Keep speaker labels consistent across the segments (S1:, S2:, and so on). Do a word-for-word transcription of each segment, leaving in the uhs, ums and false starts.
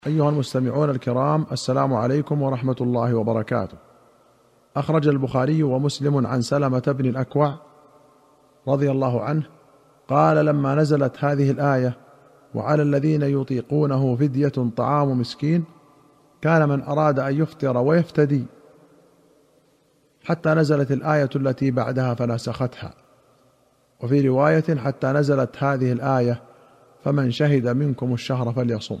S1: أيها المستمعون الكرام، السلام عليكم ورحمة الله وبركاته. أخرج البخاري ومسلم عن سلمة بن الأكوع رضي الله عنه قال: لما نزلت هذه الآية وعلى الذين يطيقونه فدية طعام مسكين، كان من أراد أن يفطر ويفتدي، حتى نزلت الآية التي بعدها فنسختها. وفي رواية: حتى نزلت هذه الآية فمن شهد منكم الشهر فليصم.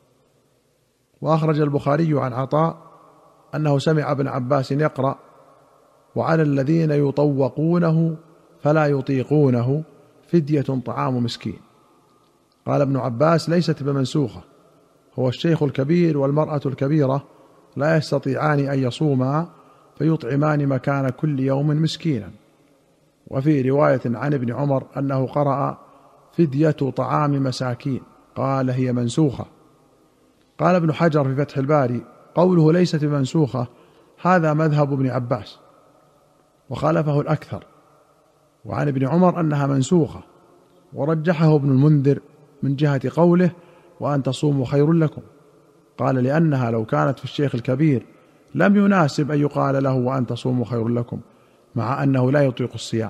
S1: وأخرج البخاري عن عطاء أنه سمع ابن عباس يقرأ: وعلى الذين يطوقونه فلا يطيقونه فدية طعام مسكين. قال ابن عباس: ليست بمنسوخة، هو الشيخ الكبير والمرأة الكبيرة لا يستطيعان أن يصوما فيطعمان مكان كل يوم مسكينا. وفي رواية عن ابن عمر أنه قرأ: فدية طعام مساكين، قال: هي منسوخة. قال ابن حجر في فتح الباري: قوله ليست بمنسوخة هذا مذهب ابن عباس وخالفه الأكثر، وعن ابن عمر أنها منسوخة، ورجحه ابن المنذر من جهة قوله: وأن تصوموا خير لكم. قال: لأنها لو كانت في الشيخ الكبير لم يناسب أن يقال له وأن تصوموا خير لكم، مع أنه لا يطيق الصيام.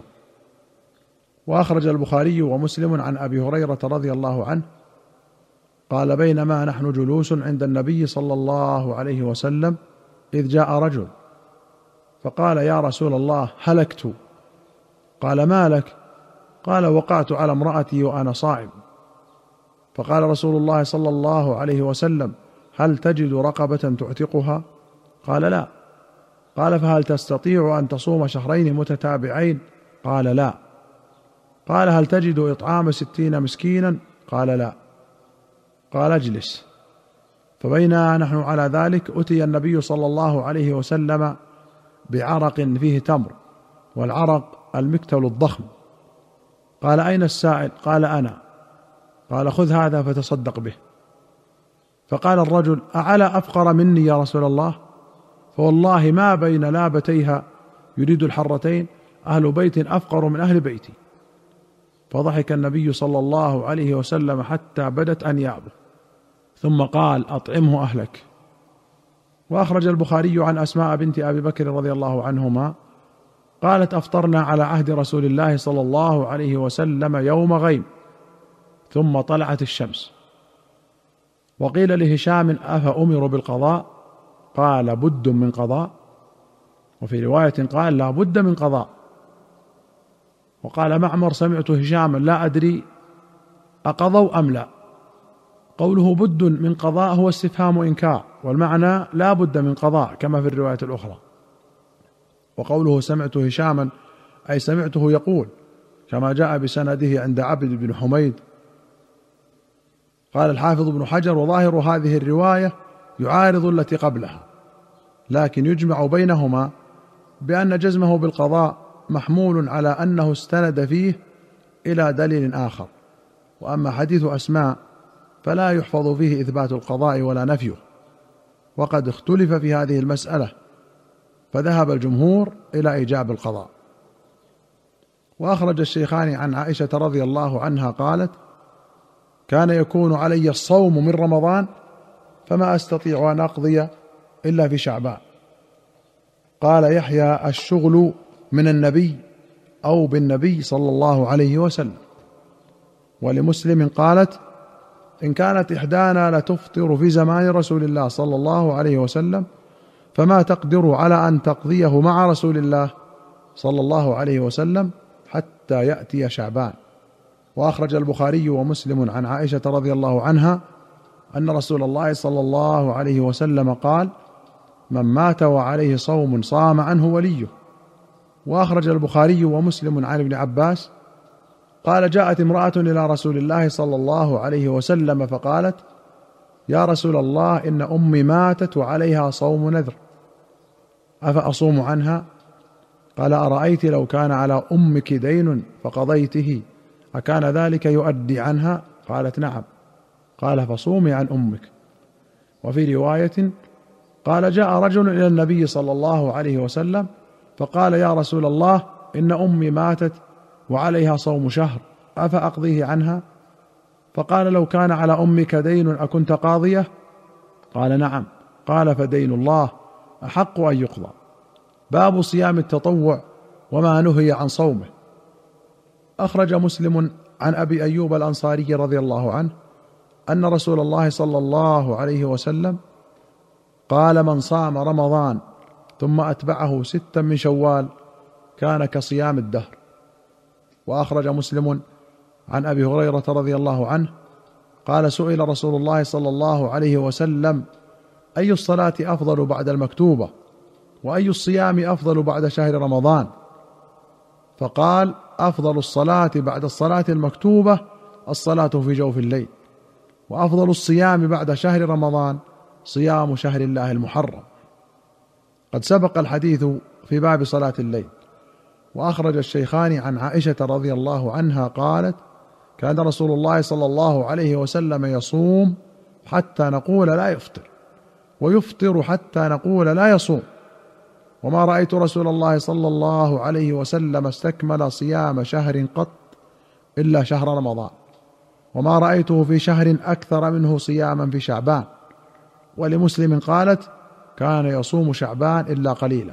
S1: وأخرج البخاري ومسلم عن أبي هريرة رضي الله عنه قال: بينما نحن جلوس عند النبي صلى الله عليه وسلم إذ جاء رجل فقال: يا رسول الله، هلكت. قال: ما لك؟ قال: وقعت على امرأتي وأنا صائم. فقال رسول الله صلى الله عليه وسلم: هل تجد رقبة تعتقها؟ قال: لا. قال: فهل تستطيع أن تصوم شهرين متتابعين؟ قال: لا. قال: هل تجد إطعام ستين مسكينا؟ قال: لا. قال: اجلس. فبينا نحن على ذلك أتي النبي صلى الله عليه وسلم بعرق فيه تمر، والعرق المكتل الضخم. قال: أين السائل؟ قال: أنا. قال: خذ هذا فتصدق به. فقال الرجل: أعلى أفقر مني يا رسول الله؟ فوالله ما بين لابتيها يريد الحرتين أهل بيت أفقر من أهل بيتي. فضحك النبي صلى الله عليه وسلم حتى بدت أنيابه، ثم قال: أطعمه أهلك. وأخرج البخاري عن أسماء بنت أبي بكر رضي الله عنهما قالت: أفطرنا على عهد رسول الله صلى الله عليه وسلم يوم غيم، ثم طلعت الشمس. وقيل لهشام: أفأمر بالقضاء؟ قال: بد من قضاء. وفي رواية قال: لا بد من قضاء. وقال معمر: سمعت هشاما لا أدري أقضوا أم لا. قوله بد من قضاء هو استفهام إنكار، والمعنى لا بد من قضاء كما في الرواية الأخرى. وقوله سمعت هشاما أي سمعته يقول، كما جاء بسنده عند عبد بن حميد. قال الحافظ ابن حجر: وظاهر هذه الرواية يعارض التي قبلها، لكن يجمع بينهما بأن جزمه بالقضاء محمول على أنه استند فيه إلى دليل آخر. وأما حديث أسماء فلا يحفظ فيه إثبات القضاء ولا نفيه، وقد اختلف في هذه المسألة، فذهب الجمهور إلى إيجاب القضاء. وأخرج الشيخان عن عائشة رضي الله عنها قالت: كان يكون علي الصوم من رمضان فما أستطيع أن أقضي إلا في شعبان. قال يحيى: الشغل من النبي أو بالنبي صلى الله عليه وسلم. ولمسلم قالت: إن كانت إحدانا لتفطر في زمان رسول الله صلى الله عليه وسلم فما تقدر على أن تقضيه مع رسول الله صلى الله عليه وسلم حتى يأتي شعبان. وأخرج البخاري ومسلم عن عائشة رضي الله عنها أن رسول الله صلى الله عليه وسلم قال: من مات وعليه صوم صام عنه وليه. وأخرج البخاري ومسلم عن ابن عباس قال: جاءت امرأة إلى رسول الله صلى الله عليه وسلم فقالت: يا رسول الله، إن أمي ماتت وعليها صوم نذر، أفأصوم عنها؟ قال: أرأيت لو كان على أمك دين فقضيته أكان ذلك يؤدي عنها؟ قالت: نعم. قال: فصومي عن أمك. وفي رواية قال: جاء رجل إلى النبي صلى الله عليه وسلم فقال: يا رسول الله، إن أمي ماتت وعليها صوم شهر، أفأقضيه عنها؟ فقال: لو كان على أمك دين أكنت قاضية؟ قال نعم. قال فدين الله أحق أن يقضى. باب صيام التطوع وما نهي عن صومه. أخرج مسلم عن أبي أيوب الأنصاري رضي الله عنه أن رسول الله صلى الله عليه وسلم قال: من صام رمضان ثم أتبعه ستا من شوال كان كصيام الدهر. وأخرج مسلم عن أبي هريرة رضي الله عنه قال: سئل رسول الله صلى الله عليه وسلم: أي الصلاة أفضل بعد المكتوبة؟ وأي الصيام أفضل بعد شهر رمضان؟ فقال: أفضل الصلاة بعد الصلاة المكتوبة الصلاة في جوف الليل، وأفضل الصيام بعد شهر رمضان صيام شهر الله المحرم. قد سبق الحديث في باب صلاة الليل. وأخرج الشيخان عن عائشة رضي الله عنها قالت: كان رسول الله صلى الله عليه وسلم يصوم حتى نقول لا يفطر، ويفطر حتى نقول لا يصوم، وما رأيت رسول الله صلى الله عليه وسلم استكمل صيام شهر قط إلا شهر رمضان، وما رأيته في شهر أكثر منه صياما في شعبان. ولمسلم قالت: كان يصوم شعبان إلا قليلا.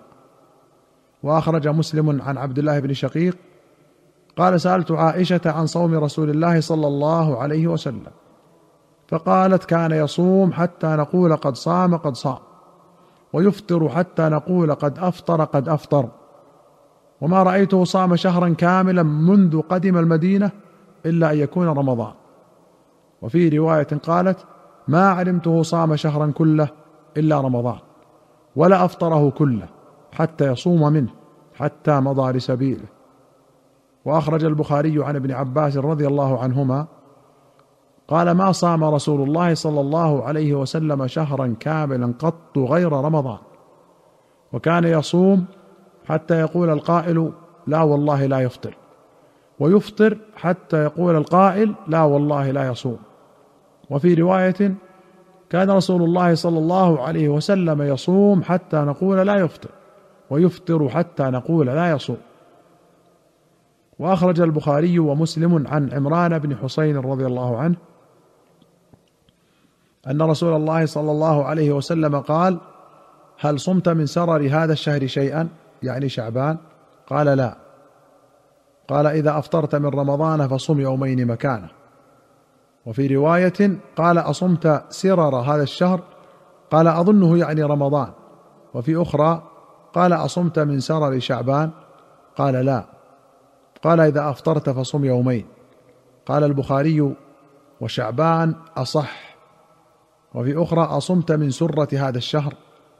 S1: وأخرج مسلم عن عبد الله بن شقيق قال: سألت عائشة عن صوم رسول الله صلى الله عليه وسلم، فقالت: كان يصوم حتى نقول قد صام قد صام، ويفطر حتى نقول قد أفطر قد أفطر، وما رأيته صام شهرا كاملا منذ قدم المدينة إلا أن يكون رمضان. وفي رواية قالت: ما علمته صام شهرا كله إلا رمضان، ولا أفطره كله حتى يصوم منه حتى مضى لسبيله. وأخرج البخاري عن ابن عباس رضي الله عنهما قال: ما صام رسول الله صلى الله عليه وسلم شهرا كاملا قط غير رمضان، وكان يصوم حتى يقول القائل: لا والله لا يفطر، ويفطر حتى يقول القائل: لا والله لا يصوم. وفي رواية: كان رسول الله صلى الله عليه وسلم يصوم حتى نقول لا يفطر، ويفطر حتى نقول لا يصوم. وأخرج البخاري ومسلم عن عمران بن حسين رضي الله عنه أن رسول الله صلى الله عليه وسلم قال: هل صمت من سرر هذا الشهر شيئا؟ يعني شعبان. قال: لا. قال: إذا أفطرت من رمضان فصم يومين مكانه. وفي رواية قال: أصمت سرر هذا الشهر؟ قال: أظنه يعني رمضان. وفي أخرى قال: أصمت من سرر شعبان؟ قال: لا. قال: إذا أفطرت فصم يومين. قال البخاري: وشعبان أصح. وفي أخرى: أصمت من سرة هذا الشهر.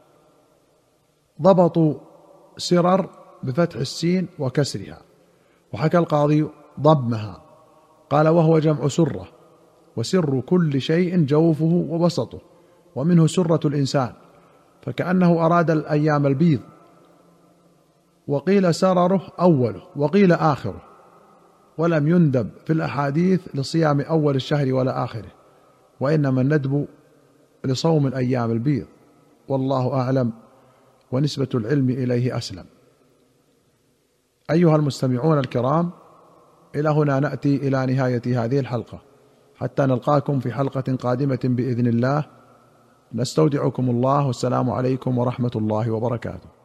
S1: ضبطوا سرر بفتح السين وكسرها، وحكى القاضي ضمها قال: وهو جمع سرة، وسر كل شيء جوفه ووسطه، ومنه سرة الإنسان، فكأنه أراد الأيام البيض. وقيل سرره أوله، وقيل آخره، ولم يندب في الأحاديث لصيام أول الشهر ولا آخره، وإنما الندب لصوم الأيام البيض، والله أعلم، ونسبة العلم إليه أسلم. أيها المستمعون الكرام، إلى هنا نأتي إلى نهاية هذه الحلقة، حتى نلقاكم في حلقة قادمة بإذن الله. نستودعكم الله، والسلام عليكم ورحمة الله وبركاته.